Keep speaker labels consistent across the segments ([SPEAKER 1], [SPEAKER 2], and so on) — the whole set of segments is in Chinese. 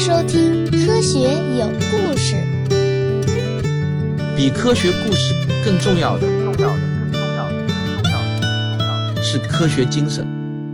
[SPEAKER 1] 收听科学有故事。
[SPEAKER 2] 比科学故事更重要的是科学精神。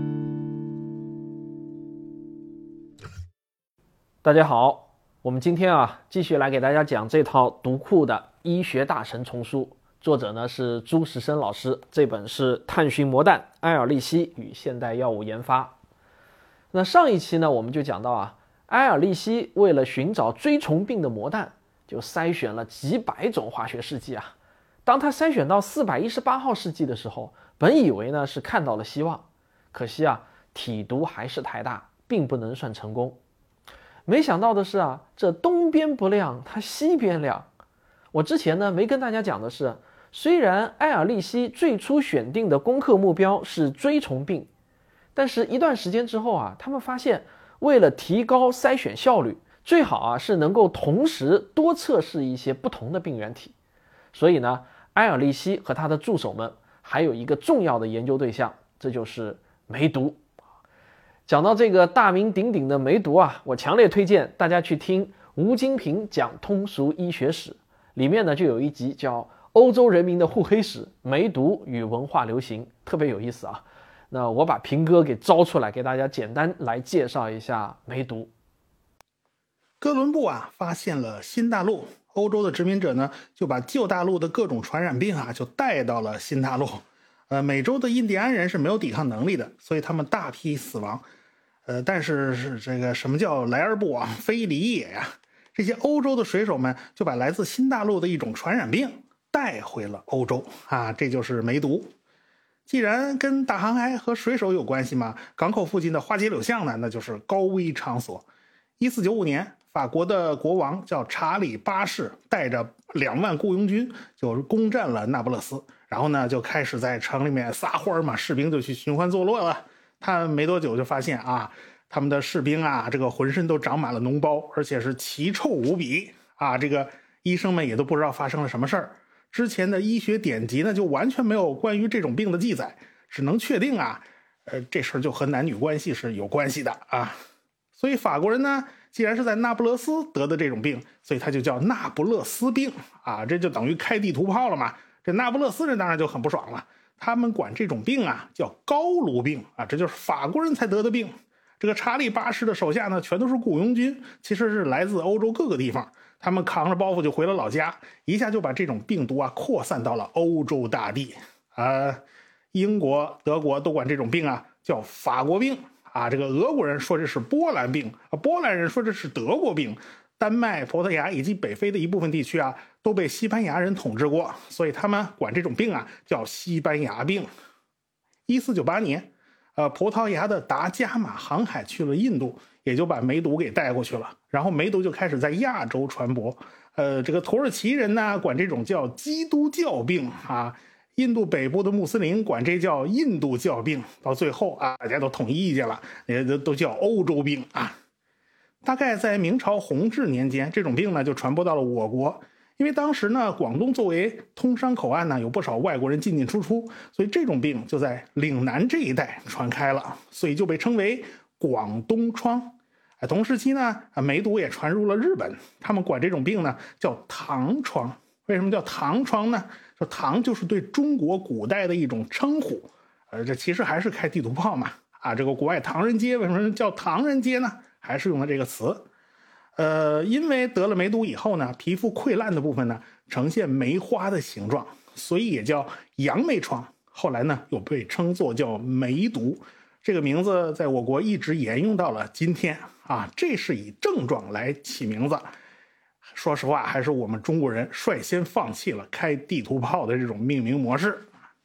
[SPEAKER 3] 大家好，我们今天继续来给大家讲这套读库的医学大神丛书，作者呢是朱时生老师，这本是《探寻魔弹：埃尔利希与现代药物研发》。那上一期呢，我们就讲到埃尔利希为了寻找锥虫病的魔弹，就筛选了几百种化学试剂当他筛选到418号试剂的时候，本以为呢是看到了希望，可惜体毒还是太大，并不能算成功。没想到的是这东边不亮，它西边亮。我之前呢没跟大家讲的是，虽然埃尔利希最初选定的攻克目标是锥虫病，但是一段时间之后他们发现为了提高筛选效率，最好是能够同时多测试一些不同的病原体。所以呢，埃尔利希和他的助手们还有一个重要的研究对象，这就是梅毒。讲到这个大名鼎鼎的梅毒我强烈推荐大家去听吴金平讲通俗医学史，里面呢就有一集叫欧洲人民的互黑史，梅毒与文化流行，特别有意思那我把平哥给招出来，给大家简单来介绍一下梅毒。
[SPEAKER 4] 哥伦布发现了新大陆，欧洲的殖民者呢就把旧大陆的各种传染病就带到了新大陆。美洲的印第安人是没有抵抗能力的，所以他们大批死亡。但是这个什么叫来而不往非礼也呀？这些欧洲的水手们就把来自新大陆的一种传染病带回了欧洲这就是梅毒。既然跟大航海和水手有关系嘛，港口附近的花街柳巷呢，那就是高危场所。1495年，法国的国王叫查理八世，带着2万雇佣军就攻占了那不勒斯，然后呢就开始在城里面撒欢嘛，士兵就去寻欢作乐了。他没多久就发现他们的士兵这个浑身都长满了脓包，而且是奇臭无比这个医生们也都不知道发生了什么事儿。之前的医学典籍呢就完全没有关于这种病的记载，只能确定这事儿就和男女关系是有关系的所以法国人呢既然是在那不勒斯得的这种病，所以他就叫那不勒斯病这就等于开地图炮了嘛。这那不勒斯人当然就很不爽了，他们管这种病叫高卢病这就是法国人才得的病。这个查理八世的手下呢全都是雇佣军，其实是来自欧洲各个地方，他们扛着包袱就回了老家，一下就把这种病毒扩散到了欧洲大地英国、德国都管这种病叫法国病这个俄国人说这是波兰病波兰人说这是德国病。丹麦、葡萄牙以及北非的一部分地区都被西班牙人统治过，所以他们管这种病叫西班牙病。1498年葡萄牙的达伽马航海去了印度，也就把梅毒给带过去了，然后梅毒就开始在亚洲传播。这个土耳其人呢管这种叫基督教病印度北部的穆斯林管这叫印度教病，到最后大家都统一意见了，也都叫欧洲病大概在明朝弘治年间，这种病呢就传播到了我国。因为当时呢广东作为通商口岸有不少外国人进进出出，所以这种病就在岭南这一带传开了，所以就被称为广东疮。同时期呢梅毒也传入了日本，他们管这种病呢叫唐疮。为什么叫唐疮呢？说唐就是对中国古代的一种称呼，这其实还是开地图炮嘛这个国外唐人街为什么叫唐人街呢？还是用了这个词。因为得了梅毒以后呢，皮肤溃烂的部分呢呈现梅花的形状，所以也叫杨梅疮。后来呢又被称作叫梅毒，这个名字在我国一直沿用到了今天这是以症状来起名字。说实话，还是我们中国人率先放弃了开地图炮的这种命名模式。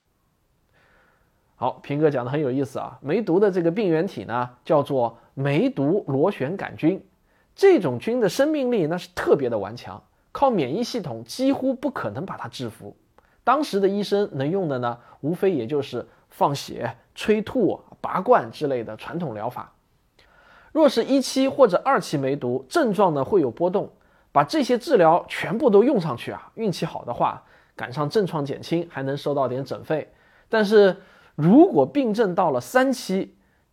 [SPEAKER 3] 好，平哥讲的很有意思梅毒的这个病原体呢叫做梅毒螺旋杆菌，这种菌的生命力那是特别的顽强，靠免疫系统几乎不可能把它制服。当时的医生能用的呢无非也就是放血、催吐、拔罐之类的传统疗法。若是1期或者2期梅毒，症状呢会有波动，把这些治疗全部都用上去运气好的话赶上症状减轻还能收到点诊费。但是如果病症到了3期，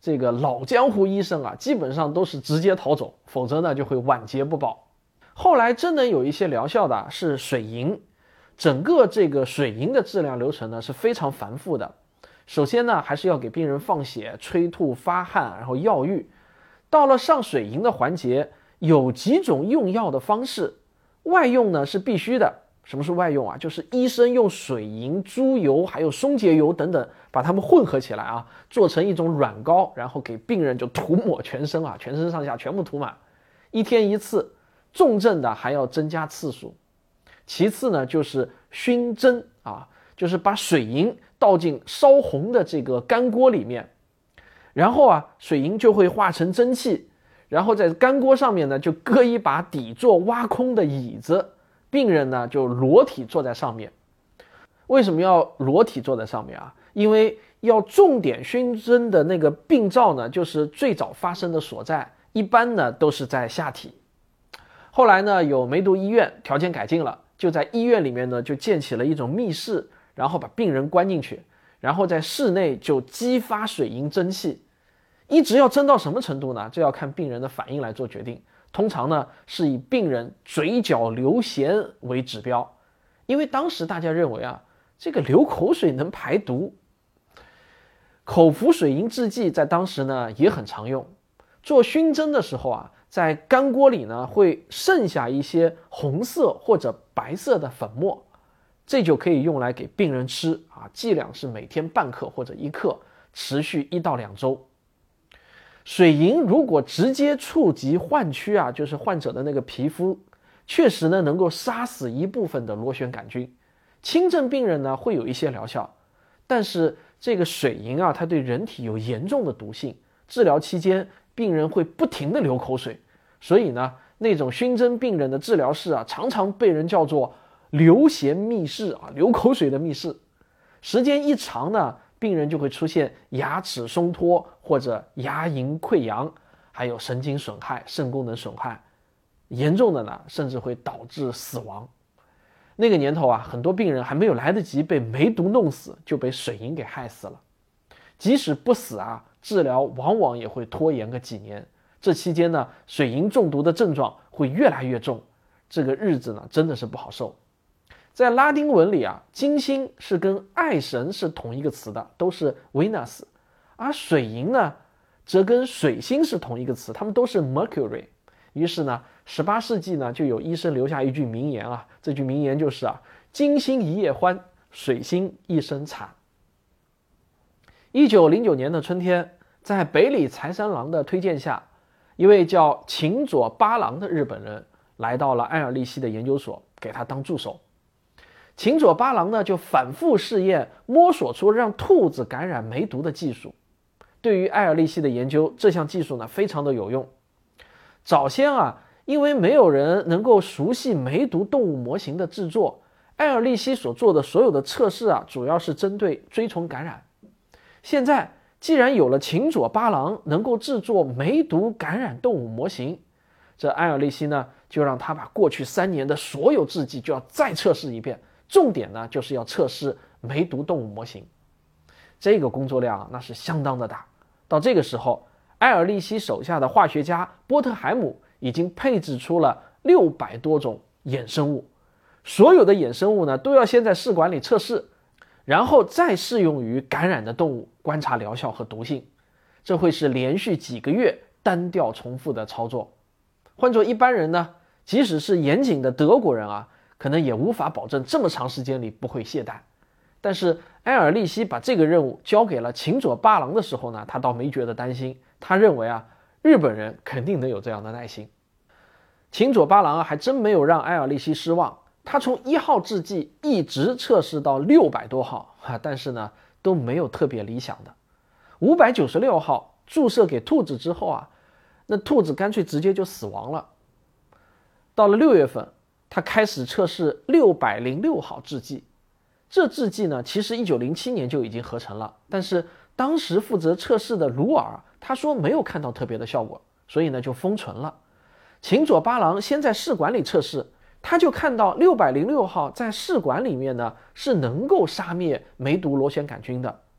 [SPEAKER 3] 这个老江湖医生啊，基本上都是直接逃走，否则呢就会晚节不保。后来真能有一些疗效的是水银，整个这个水银的治疗流程呢是非常繁复的。首先呢，还是要给病人放血、催吐、发汗，然后药浴。到了上水银的环节，有几种用药的方式，外用呢是必须的。什么是外用啊？就是医生用水银、猪油还有松节油等等，把它们混合起来啊，做成一种软膏，然后给病人就涂抹全身啊，全身上下全部涂满，1天1次，重症的还要增加次数。其次呢，就是熏蒸啊，就是把水银倒进烧红的这个干锅里面，然后啊，水银就会化成蒸汽，然后在干锅上面呢，就搁一把底座挖空的椅子，病人呢就裸体坐在上面。为什么要裸体坐在上面啊？因为要重点熏蒸的那个病灶呢，就是最早发生的所在，一般呢都是在下体。后来呢，有梅毒医院条件改进了，就在医院里面呢就建起了一种密室，然后把病人关进去，然后在室内就激发水银蒸汽，一直要蒸到什么程度呢？这要看病人的反应来做决定。通常呢是以病人嘴角流涎为指标，因为当时大家认为啊，这个流口水能排毒。口服水银制剂在当时呢也很常用。做熏蒸的时候啊，在干锅里呢会剩下一些红色或者白色的粉末，这就可以用来给病人吃啊，剂量是每天半克或者1克，持续1到2周。水银如果直接触及患区啊，就是患者的那个皮肤，确实呢能够杀死一部分的螺旋杆菌，轻症病人呢会有一些疗效。但是这个水银啊，它对人体有严重的毒性，治疗期间病人会不停的流口水，所以呢那种熏蒸病人的治疗室啊，常常被人叫做流涎密室啊，流口水的密室。时间一长呢，病人就会出现牙齿松脱或者牙龈溃疡，还有神经损害、肾功能损害，严重的呢甚至会导致死亡。那个年头啊，很多病人还没有来得及被梅毒弄死，就被水银给害死了。即使不死啊，治疗往往也会拖延个几年。这期间呢，水银中毒的症状会越来越重，这个日子呢真的是不好受。在拉丁文里啊，金星是跟爱神是同一个词的，都是 Venus， 而水银呢则跟水星是同一个词，它们都是 Mercury。 于是呢18世纪呢就有医生留下一句名言啊，这句名言就是啊，金星一夜欢，水星一生惨。1909年的春天，在北里财三郎的推荐下，一位叫秦佐八郎的日本人来到了埃尔利希的研究所，给他当助手。秦佐八郎呢就反复试验，摸索出让兔子感染梅毒的技术。对于埃尔利希的研究，这项技术呢非常的有用。早先啊，因为没有人能够熟悉梅毒动物模型的制作，埃尔利希所做的所有的测试啊，主要是针对锥虫感染。现在既然有了秦佐八郎能够制作梅毒感染动物模型，这埃尔利希呢就让他把过去3年的所有制剂就要再测试一遍，重点呢就是要测试梅毒动物模型。这个工作量那是相当的大。到这个时候，埃尔利希手下的化学家波特海姆已经配置出了600多种衍生物，所有的衍生物呢都要先在试管里测试，然后再适用于感染的动物，观察疗效和毒性。这会是连续几个月单调重复的操作。换作一般人呢，即使是严谨的德国人啊，可能也无法保证这么长时间里不会懈怠。但是埃尔利希把这个任务交给了秦佐八郎的时候呢，他倒没觉得担心，他认为啊，日本人肯定能有这样的耐心。秦佐八郎啊，还真没有让埃尔利希失望，他从1号制剂一直测试到600多号，但是呢都没有特别理想的。596号注射给兔子之后啊，那兔子干脆直接就死亡了。到了6月份，他开始测试606号制剂。这制剂呢，其实1907年就已经合成了，但是当时负责测试的鲁尔他说没有看到特别的效果，所以呢就封存了。秦佐八郎先在试管里测试，他就看到606号在试管里面呢是能够杀灭梅毒螺旋杆菌的。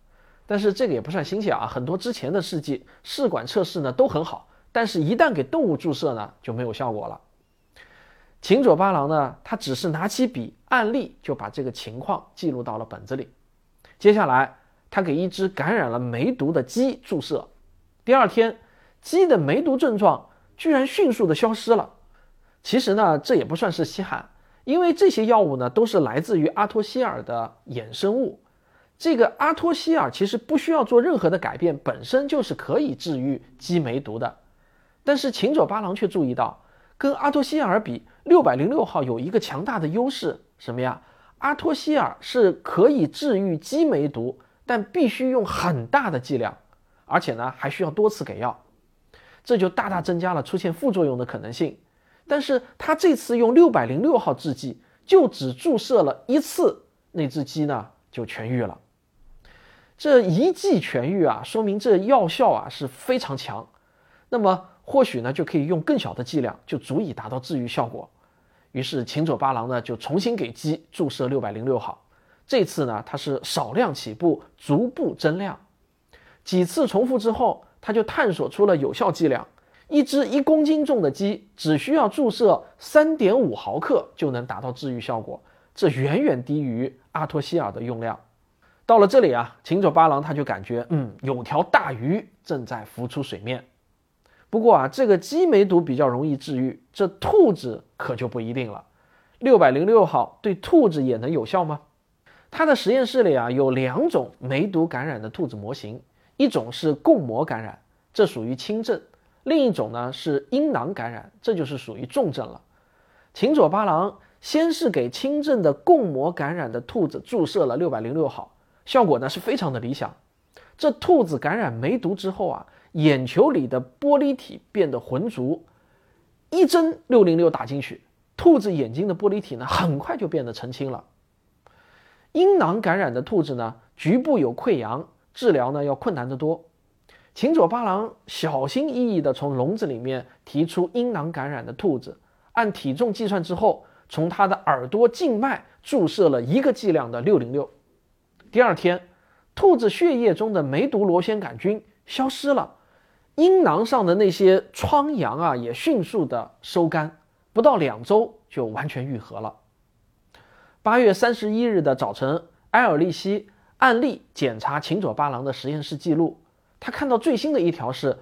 [SPEAKER 3] 但是这个也不算新鲜啊，很多之前的试剂试管测试呢都很好，但是一旦给动物注射呢就没有效果了。秦佐八郎呢，他只是拿起笔按例就把这个情况记录到了本子里。接下来他给一只感染了梅毒的鸡注射，第二天鸡的梅毒症状居然迅速的消失了。其实呢这也不算是稀罕，因为这些药物呢都是来自于阿托西尔的衍生物。这个阿托西尔其实不需要做任何的改变，本身就是可以治愈鸡梅毒的。但是秦佐八郎却注意到，跟阿托西尔比，606号有一个强大的优势，什么呀？阿托西尔是可以治愈鸡梅毒，但必须用很大的剂量，而且呢还需要多次给药，这就大大增加了出现副作用的可能性。但是他这次用606号制剂，就只注射了1次，那只鸡呢就痊愈了。这一剂痊愈啊，说明这药效啊是非常强。那么或许呢就可以用更小的剂量，就足以达到治愈效果。于是秦佐八郎呢就重新给鸡注射606号，这次呢他是少量起步，逐步增量。几次重复之后，他就探索出了有效剂量，一只1公斤重的鸡只需要注射3.5毫克就能达到治愈效果，这远远低于阿托西尔的用量。到了这里啊，秦佐八郎他就感觉有条大鱼正在浮出水面。不过啊，这个鸡梅毒比较容易治愈，这兔子可就不一定了。606号对兔子也能有效吗？他的实验室里啊有2种梅毒感染的兔子模型，一种是共膜感染，这属于轻症；另一种呢是阴囊感染，这就是属于重症了。秦佐八郎先是给轻症的共膜感染的兔子注射了606号，效果呢是非常的理想。这兔子感染梅毒之后啊，眼球里的玻璃体变得浑浊，一针606打进去，兔子眼睛的玻璃体呢很快就变得澄清了。阴囊感染的兔子呢，局部有溃疡，治疗呢要困难得多。秦佐八郎小心翼翼地从笼子里面提出阴囊感染的兔子，按体重计算之后，从它的耳朵静脉注射了1个剂量的606。第二天，兔子血液中的梅毒螺旋杆菌消失了，阴囊上的那些疮疡啊也迅速的收干，不到2周就完全愈合了。8月31日的早晨，埃尔利希按例检查秦佐八郎的实验室记录，他看到最新的一条是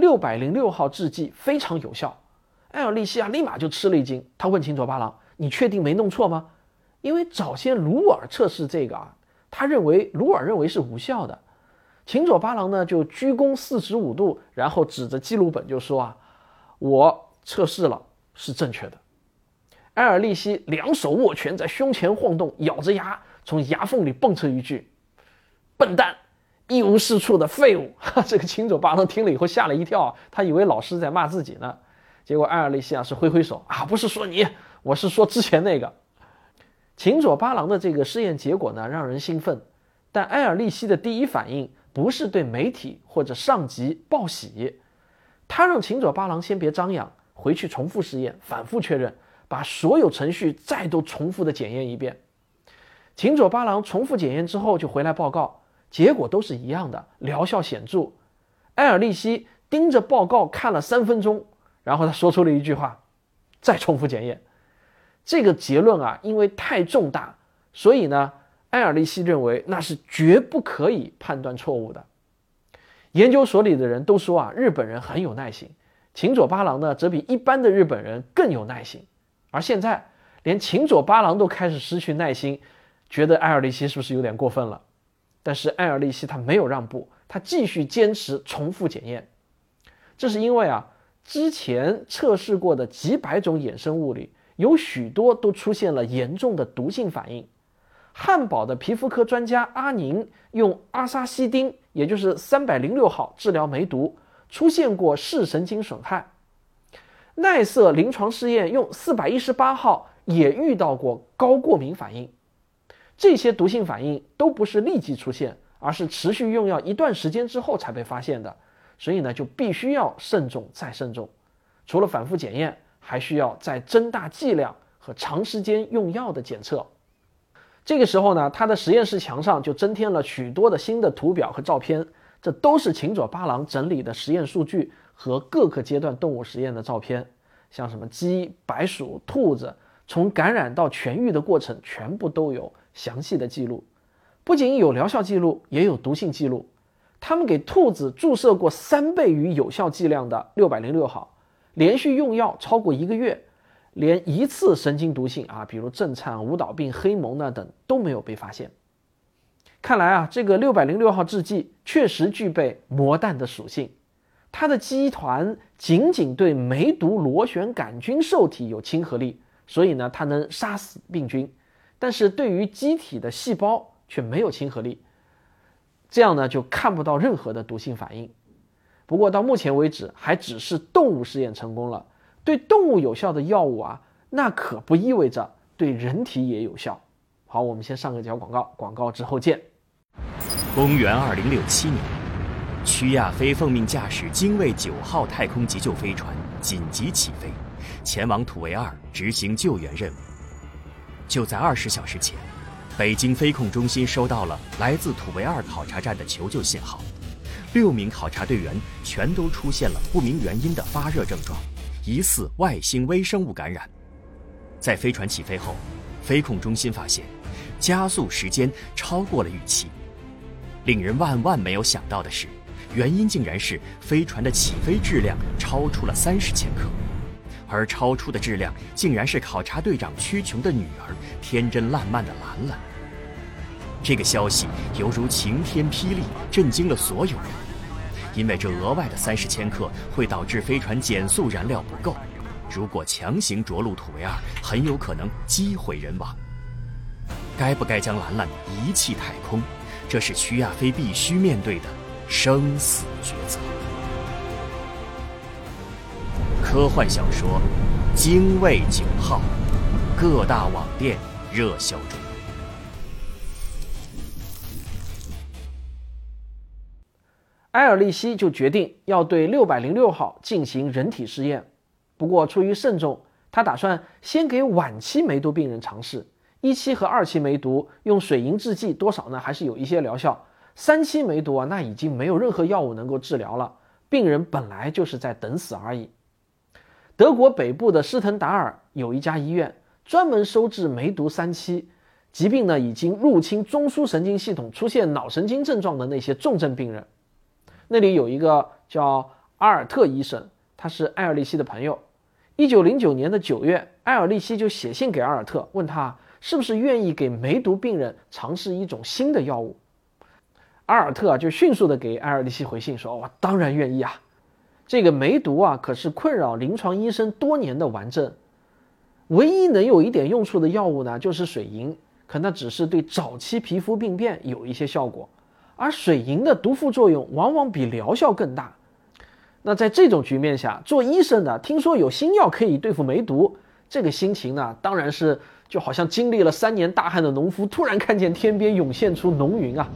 [SPEAKER 3] 606号制剂非常有效。埃尔利希啊立马就吃了一惊，他问秦佐八郎：“你确定没弄错吗？”因为早先鲁尔测试这个啊，鲁尔认为是无效的。秦佐八郎呢就鞠躬45度，然后指着记录本就说啊：“我测试了，是正确的。”埃尔利希2手握拳在胸前晃动，咬着牙从牙缝里蹦出一句：“笨蛋，一无是处的废物。”这个秦佐八郎听了以后吓了一跳啊，他以为老师在骂自己呢。结果埃尔利希啊是挥挥手啊，不是说你，我是说之前那个。秦佐八郎的这个试验结果呢让人兴奋，但埃尔利希的第一反应不是对媒体或者上级报喜，他让秦佐八郎先别张扬，回去重复试验，反复确认，把所有程序再都重复的检验一遍。秦佐八郎重复检验之后就回来报告，结果都是一样的，疗效显著。埃尔利希盯着报告看了3分钟，然后他说出了一句话：“再重复检验。”这个结论啊，因为太重大，所以呢，埃尔利希认为那是绝不可以判断错误的。研究所里的人都说啊，日本人很有耐心，秦佐八郎呢，则比一般的日本人更有耐心。而现在，连秦佐八郎都开始失去耐心，觉得埃尔利希是不是有点过分了？但是埃尔利希他没有让步，他继续坚持重复检验。这是因为啊，之前测试过的几百种衍生物里，有许多都出现了严重的毒性反应。汉堡的皮肤科专家阿宁用阿沙西丁，也就是306号治疗梅毒，出现过视神经损害。奈瑟临床试验用418号也遇到过高过敏反应。这些毒性反应都不是立即出现，而是持续用药一段时间之后才被发现的，所以呢，就必须要慎重再慎重。除了反复检验，还需要再增大剂量和长时间用药的检测。 这个时候呢，他的实验室墙上就增添了许多的新的图表和照片，这都是秦佐八郎整理的实验数据和各个阶段动物实验的照片，像什么鸡、白鼠、兔子，从感染到痊愈的过程全部都有详细的记录。不仅有疗效记录，也有毒性记录。他们给兔子注射过3倍于有效剂量的606号，连续用药超过1个月，连一次神经毒性比如震颤、舞蹈病、黑蒙等都没有被发现。看来这个606号制剂确实具备魔弹的属性，它的基团仅仅对梅毒螺旋杆菌受体有亲和力，所以呢，它能杀死病菌，但是对于机体的细胞却没有亲和力，这样呢就看不到任何的毒性反应。不过到目前为止还只是动物试验成功了，对动物有效的药物那可不意味着对人体也有效。好，我们先上个小广告，广告之后见。
[SPEAKER 5] 公元2067年，屈亚飞奉命驾驶精卫9号太空急救飞船紧急起飞，前往土卫2执行救援任务。就在20小时前，北京飞控中心收到了来自土卫2考察站的求救信号，6名考察队员全都出现了不明原因的发热症状，疑似外星微生物感染。在飞船起飞后，飞控中心发现加速时间超过了预期。令人万万没有想到的是，原因竟然是飞船的起飞质量超出了30千克，而超出的质量竟然是考察队长屈琼的女儿天真烂漫的兰兰。这个消息犹如晴天霹雳，震惊了所有人，因为这额外的30千克会导致飞船减速燃料不够，如果强行着陆土卫2，很有可能机毁人亡。该不该将兰兰遗弃太空，这是屈亚飞必须面对的生死抉择。科幻小说《精卫9号》，各大网店热销中。
[SPEAKER 3] 埃尔利希就决定要对606号进行人体试验，不过出于慎重，他打算先给晚期梅毒病人尝试。1期和2期梅毒用水银制剂多少呢还是有一些疗效，3期梅毒那已经没有任何药物能够治疗了，病人本来就是在等死而已。德国北部的施滕达尔有一家医院专门收治梅毒3期，疾病呢已经入侵中枢神经系统，出现脑神经症状的那些重症病人。那里有一个叫阿尔特医生，他是埃尔利希的朋友。1909年的9月，埃尔利希就写信给阿尔特，问他是不是愿意给梅毒病人尝试一种新的药物。阿尔特就迅速的给埃尔利希回信说，我当然愿意啊。这个梅毒可是困扰临床医生多年的顽症，唯一能有一点用处的药物呢就是水银，可那只是对早期皮肤病变有一些效果，而水银的毒副作用往往比疗效更大。那在这种局面下，做医生的听说有新药可以对付梅毒，这个心情呢当然是就好像经历了3年大旱的农夫突然看见天边涌现出浓云啊。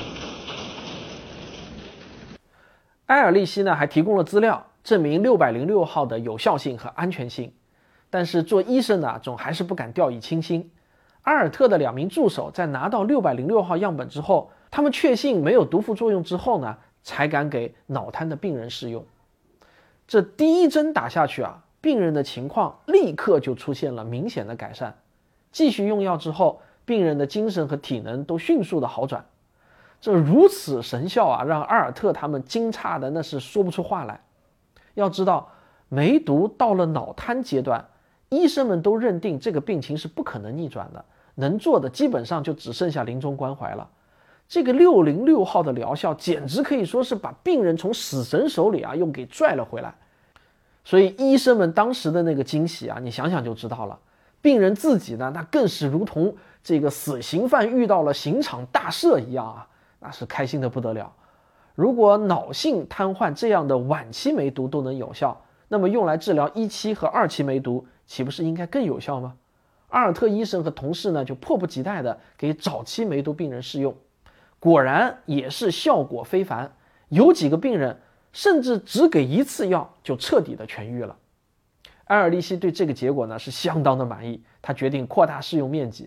[SPEAKER 3] 埃尔利希呢还提供了资料证明606号的有效性和安全性，但是做医生的总还是不敢掉以轻心。阿尔特的2名助手在拿到606号样本之后，他们确信没有毒副作用之后呢，才敢给脑瘫的病人试用。这第一针打下去病人的情况立刻就出现了明显的改善。继续用药之后，病人的精神和体能都迅速的好转。这如此神效让阿尔特他们惊诧的那是说不出话来。要知道，梅毒到了脑瘫阶段，医生们都认定这个病情是不可能逆转的，能做的基本上就只剩下临终关怀了。这个606号的疗效简直可以说是把病人从死神手里又给拽了回来。所以医生们当时的那个惊喜你想想就知道了。病人自己呢，那更是如同这个死刑犯遇到了刑场大赦一样那是开心的不得了。如果脑性瘫痪这样的晚期梅毒都能有效，那么用来治疗1期和2期梅毒岂不是应该更有效吗？阿尔特医生和同事呢就迫不及待的给早期梅毒病人试用，果然也是效果非凡，有几个病人甚至只给1次药就彻底的痊愈了。埃尔利希对这个结果呢是相当的满意，他决定扩大试用面积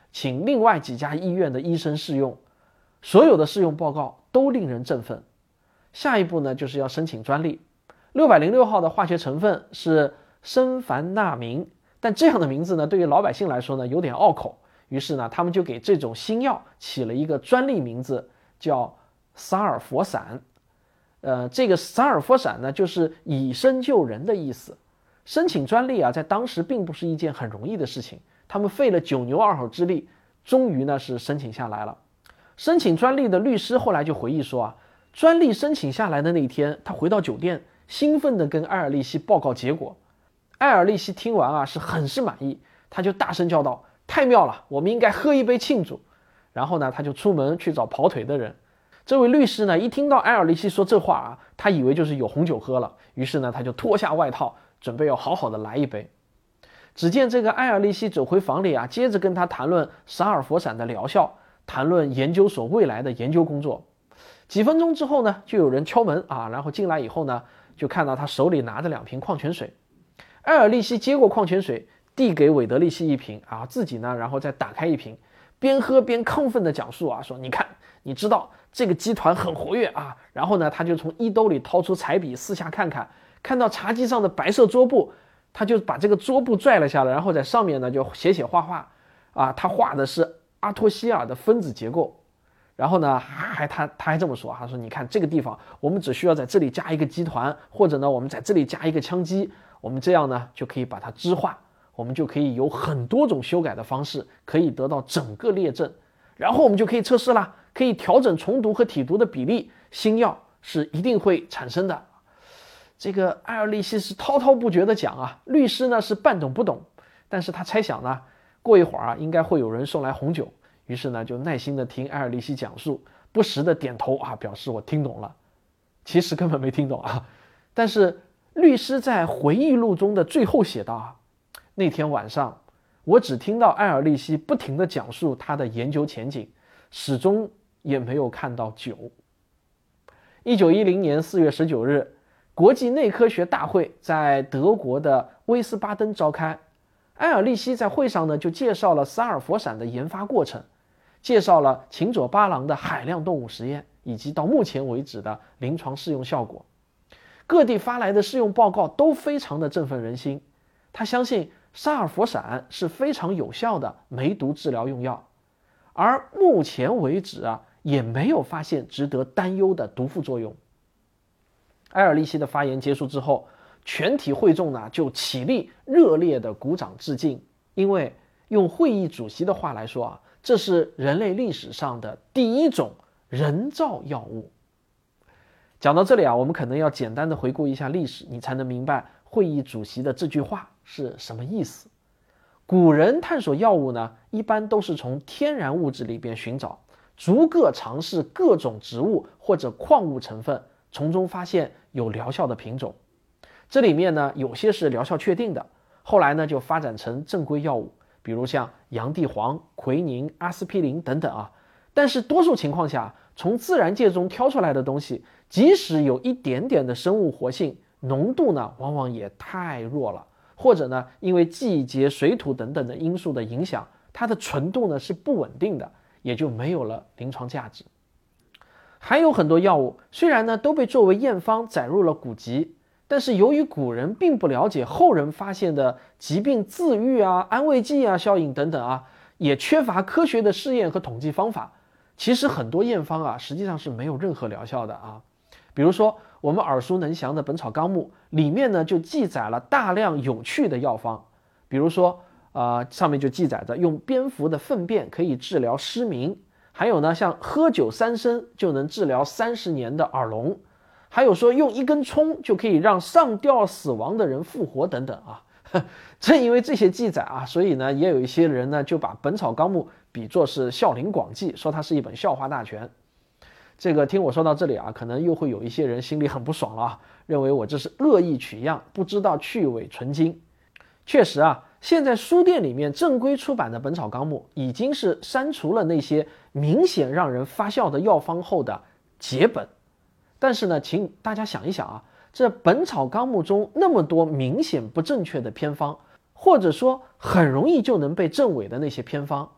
[SPEAKER 3] 请另外几家医院的医生试用，所有的试用报告都令人振奋。下一步呢，就是要申请专利。606号的化学成分是生凡那明，但这样的名字呢，对于老百姓来说呢，有点拗口。于是呢，他们就给这种新药起了一个专利名字，叫沙尔佛散。这个沙尔佛散呢，就是以身救人的意思。申请专利啊，在当时并不是一件很容易的事情，他们费了9牛2虎之力，终于呢是申请下来了。申请专利的律师后来就回忆说啊，专利申请下来的那一天，他回到酒店，兴奋地跟埃尔利希报告结果。埃尔利希听完啊，是很是满意，他就大声叫道：“太妙了，我们应该喝一杯庆祝。”然后呢，他就出门去找跑腿的人。这位律师呢，一听到埃尔利希说这话啊，他以为就是有红酒喝了，于是呢，他就脱下外套，准备要好好的来一杯。只见这个埃尔利希走回房里啊，接着跟他谈论沙尔佛散的疗效，谈论研究所未来的研究工作。几分钟之后呢，就有人敲门啊，然后进来以后呢，就看到他手里拿着2瓶矿泉水。埃尔利希接过矿泉水，递给韦德利希1瓶啊，自己呢，然后再打开1瓶，边喝边亢奋地讲述啊，说你看，你知道这个集团很活跃啊。然后呢，他就从衣兜里掏出彩笔四下看看，看到茶几上的白色桌布，他就把这个桌布拽了下来，然后在上面呢就写画画啊，他画的是阿托西尔的分子结构。然后呢，他还这么说，他说你看这个地方，我们只需要在这里加一个集团，或者呢我们在这里加一个羟基，我们这样呢就可以把它支化，我们就可以有很多种修改的方式，可以得到整个列阵，然后我们就可以测试啦，可以调整重读和体读的比例，新药是一定会产生的。这个埃尔利希是滔滔不绝的讲啊，律师呢是半懂不懂，但是他猜想呢，过一会儿啊应该会有人送来红酒，于是呢就耐心的听埃尔利希讲述，不时的点头啊，表示我听懂了。其实根本没听懂啊。但是律师在回忆录中的最后写道啊，那天晚上我只听到埃尔利希不停地讲述他的研究前景，始终也没有看到酒。1910年4月19日，国际内科学大会在德国的威斯巴登召开。埃尔利希在会上呢就介绍了沙尔佛散的研发过程，介绍了秦佐八郎的海量动物实验，以及到目前为止的临床试用效果。各地发来的试用报告都非常的振奋人心。他相信沙尔佛散是非常有效的梅毒治疗用药，而目前为止啊，也没有发现值得担忧的毒副作用。埃尔利希的发言结束之后，全体会众呢就起立热烈的鼓掌致敬，因为用会议主席的话来说啊，这是人类历史上的第一种人造药物。讲到这里啊，我们可能要简单的回顾一下历史，你才能明白会议主席的这句话是什么意思。古人探索药物呢，一般都是从天然物质里边寻找，逐个尝试各种植物或者矿物成分，从中发现有疗效的品种。这里面呢，有些是疗效确定的，后来呢就发展成正规药物，比如像洋地黄、奎宁、阿司匹林等等啊。但是多数情况下，从自然界中挑出来的东西，即使有一点点的生物活性，浓度呢往往也太弱了，或者呢因为季节、水土等等的因素的影响，它的纯度呢是不稳定的，也就没有了临床价值。还有很多药物虽然呢都被作为验方载入了古籍，但是由于古人并不了解后人发现的疾病自愈啊、安慰剂啊效应等等啊，也缺乏科学的试验和统计方法，其实很多验方啊实际上是没有任何疗效的啊。比如说我们耳熟能详的《本草纲目》里面呢就记载了大量有趣的药方，比如说上面就记载着用蝙蝠的粪便可以治疗失明，还有呢像喝酒3升就能治疗30年的耳聋，还有说用1根葱就可以让上吊死亡的人复活等等啊。正因为这些记载啊，所以呢也有一些人呢就把《本草纲目》比作是笑林广记，说它是一本笑话大全。这个听我说到这里啊，可能又会有一些人心里很不爽了啊，认为我这是恶意取样，不知道去伪存精。确实啊，现在书店里面正规出版的《本草纲目》已经是删除了那些明显让人发笑的药方后的结本。但是呢，请大家想一想啊，这《本草纲目》中那么多明显不正确的偏方，或者说很容易就能被证伪的那些偏方，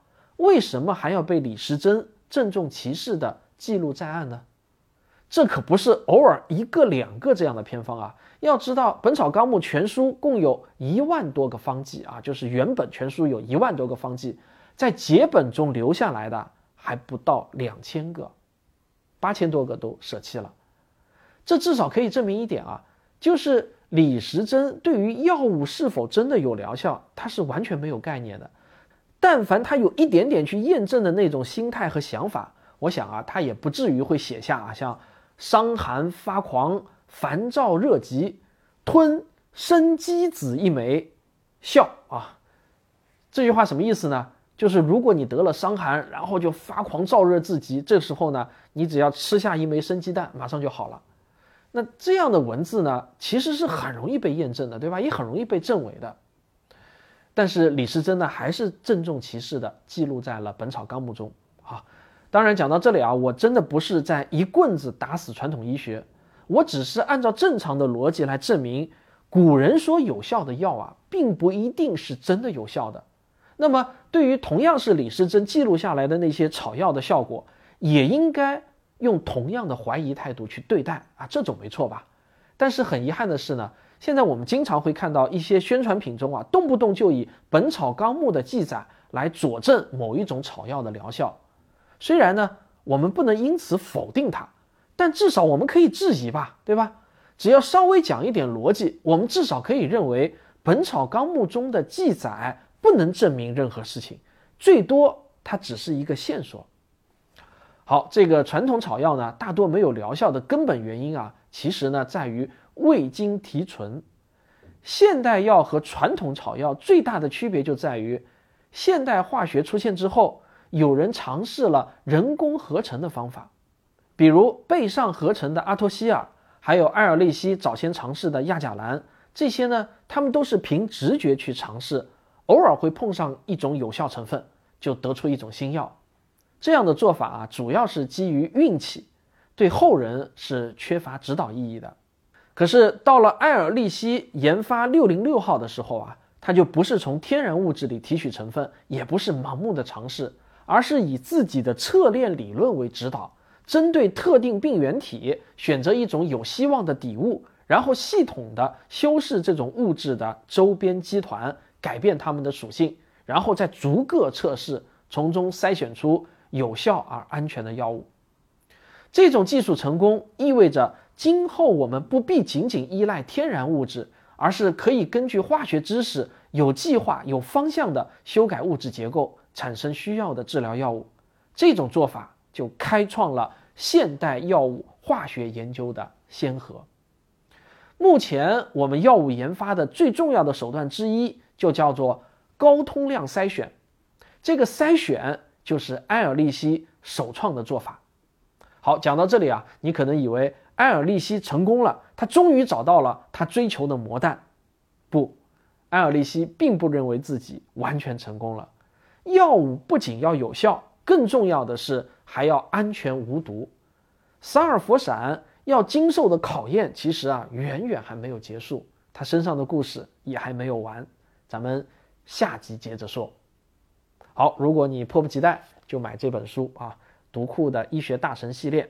[SPEAKER 3] 为什么还要被李时珍郑重其事地记录在案呢？这可不是偶尔一个两个这样的偏方啊！要知道，《本草纲目》全书共有1万多个方剂啊，就是原本全书有1万多个方剂，在节本中留下来的还不到2000个，8000多个都舍弃了。这至少可以证明一点啊，就是李时珍对于药物是否真的有疗效，他是完全没有概念的。但凡他有一点点去验证的那种心态和想法，我想啊，他也不至于会写下像伤寒发狂、烦躁热急，吞生鸡子1枚效啊。这句话什么意思呢？就是如果你得了伤寒，然后就发狂燥热至极，这时候呢，你只要吃下1枚生鸡蛋，马上就好了。那这样的文字呢，其实是很容易被验证的，对吧？也很容易被证伪的。但是李时珍呢，还是郑重其事的记录在了《本草纲目》中啊。当然讲到这里啊，我真的不是在一棍子打死传统医学，我只是按照正常的逻辑来证明，古人说有效的药啊，并不一定是真的有效的。那么对于同样是李时珍记录下来的那些草药的效果，也应该用同样的怀疑态度去对待啊，这种没错吧？但是很遗憾的是呢，现在我们经常会看到一些宣传品中啊，动不动就以《本草纲目》的记载来佐证某一种草药的疗效。虽然呢，我们不能因此否定它，但至少我们可以质疑吧，对吧？只要稍微讲一点逻辑，我们至少可以认为《本草纲目》中的记载不能证明任何事情，最多它只是一个线索。好，这个传统草药呢，大多没有疗效的根本原因啊，其实呢在于未经提纯。现代药和传统草药最大的区别就在于，现代化学出现之后，有人尝试了人工合成的方法，比如贝上合成的阿托西尔，还有埃尔利希早先尝试的亚甲蓝，这些呢，他们都是凭直觉去尝试，偶尔会碰上一种有效成分，就得出一种新药。这样的做法啊，主要是基于运气，对后人是缺乏指导意义的。可是到了埃尔利希研发606号的时候啊，他就不是从天然物质里提取成分，也不是盲目的尝试，而是以自己的测链理论为指导，针对特定病原体选择一种有希望的底物，然后系统的修饰这种物质的周边基团，改变它们的属性，然后再逐个测试，从中筛选出有效而安全的药物。这种技术成功意味着今后我们不必仅仅依赖天然物质，而是可以根据化学知识有计划有方向的修改物质结构，产生需要的治疗药物。这种做法就开创了现代药物化学研究的先河。目前我们药物研发的最重要的手段之一就叫做高通量筛选，这个筛选就是埃尔利希首创的做法。好，讲到这里啊，你可能以为埃尔利希成功了，他终于找到了他追求的魔弹。不，埃尔利希并不认为自己完全成功了。药物不仅要有效，更重要的是还要安全无毒。萨尔佛闪要经受的考验其实啊，远远还没有结束，他身上的故事也还没有完，咱们下集接着说。好，如果你迫不及待，就买这本书啊，读库的医学大神系列。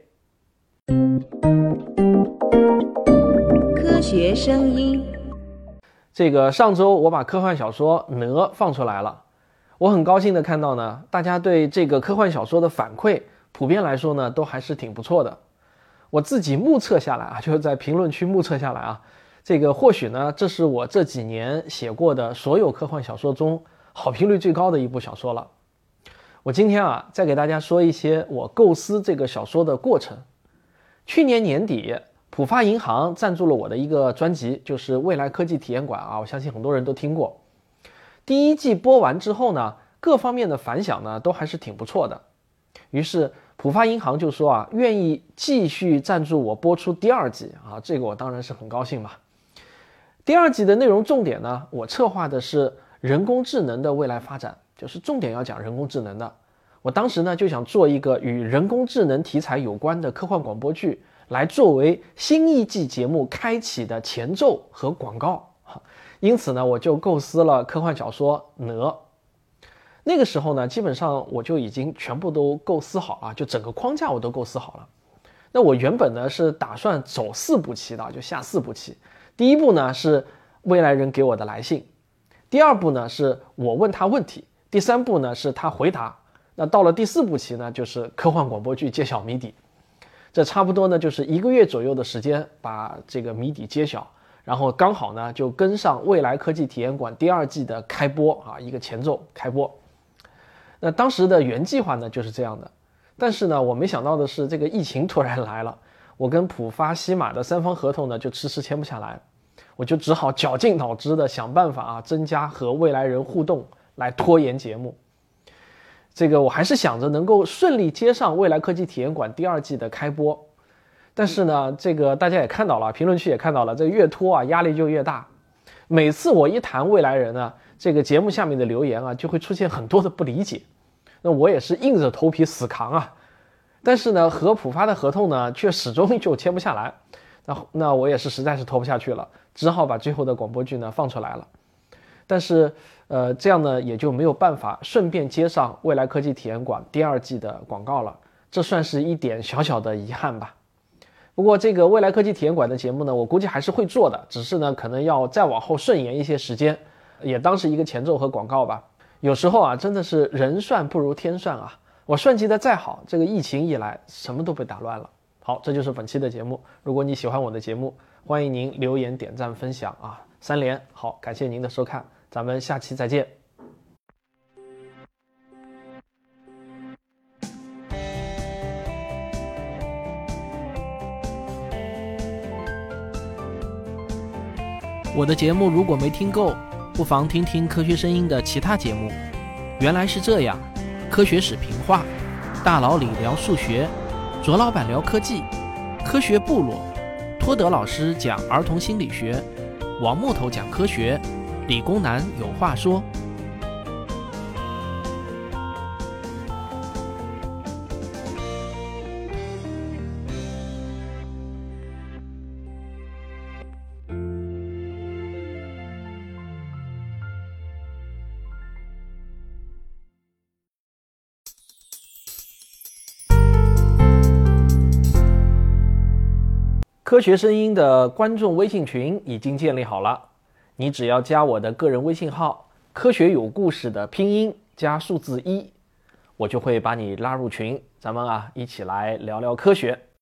[SPEAKER 6] 科学声音。
[SPEAKER 3] 这个上周我把科幻小说《哪》放出来了，我很高兴的看到呢，大家对这个科幻小说的反馈，普遍来说呢，都还是挺不错的。我自己目测下来啊，就是在评论区目测下来啊，这个或许呢，这是我这几年写过的所有科幻小说中好评率最高的一部小说了。我今天啊，再给大家说一些我构思这个小说的过程。去年年底，浦发银行赞助了我的一个专辑，就是未来科技体验馆啊，我相信很多人都听过。第一季播完之后呢，各方面的反响呢都还是挺不错的。于是浦发银行就说啊，愿意继续赞助我播出第二季啊，这个我当然是很高兴嘛。第二季的内容重点呢，我策划的是人工智能的未来发展，就是重点要讲人工智能的。我当时呢就想做一个与人工智能题材有关的科幻广播剧，来作为新一季节目开启的前奏和广告。因此呢，我就构思了科幻小说《哪》。 那个时候呢，基本上我就已经全部都构思好了，就整个框架我都构思好了。那我原本呢是打算走4步棋的，就下4步棋。第一步呢是未来人给我的来信，第二步呢是我问他问题，第三步呢是他回答。那到了第4步棋呢，就是科幻广播剧揭晓谜底。这差不多呢就是1个月左右的时间把这个谜底揭晓，然后刚好呢就跟上未来科技体验馆第2季的开播啊，一个前奏开播。那当时的原计划呢就是这样的，但是呢我没想到的是这个疫情突然来了，我跟浦发西马的3方合同呢就迟迟签不下来，我就只好绞尽脑汁的想办法增加和未来人互动来拖延节目。这个我还是想着能够顺利接上未来科技体验馆第2季的开播，但是呢这个大家也看到了，评论区也看到了，这个越拖压力就越大。每次我一谈未来人呢，这个节目下面的留言就会出现很多的不理解，那我也是硬着头皮死扛但是呢和浦发的合同呢却始终就签不下来，那我也是实在是拖不下去了，只好把最后的广播剧呢放出来了。但是这样呢也就没有办法顺便接上未来科技体验馆第2季的广告了，这算是一点小小的遗憾吧。不过这个未来科技体验馆的节目呢，我估计还是会做的，只是呢可能要再往后顺延一些时间，也当是一个前奏和广告吧。有时候真的是人算不如天算我算计的再好，这个疫情一来什么都被打乱了。好，这就是本期的节目。如果你喜欢我的节目，欢迎您留言点赞分享3连。好，感谢您的收看，咱们下期再见。
[SPEAKER 2] 我的节目如果没听够，不妨听听科学声音的其他节目。原来是这样，科学史评话，大佬里聊数学，卓老板聊科技，科学部落，托德老师讲儿童心理学，王木头讲科学，理工男有话说。
[SPEAKER 3] 科学声音的观众微信群已经建立好了，你只要加我的个人微信号科学有故事的拼音加数字1，我就会把你拉入群，咱们一起来聊聊科学。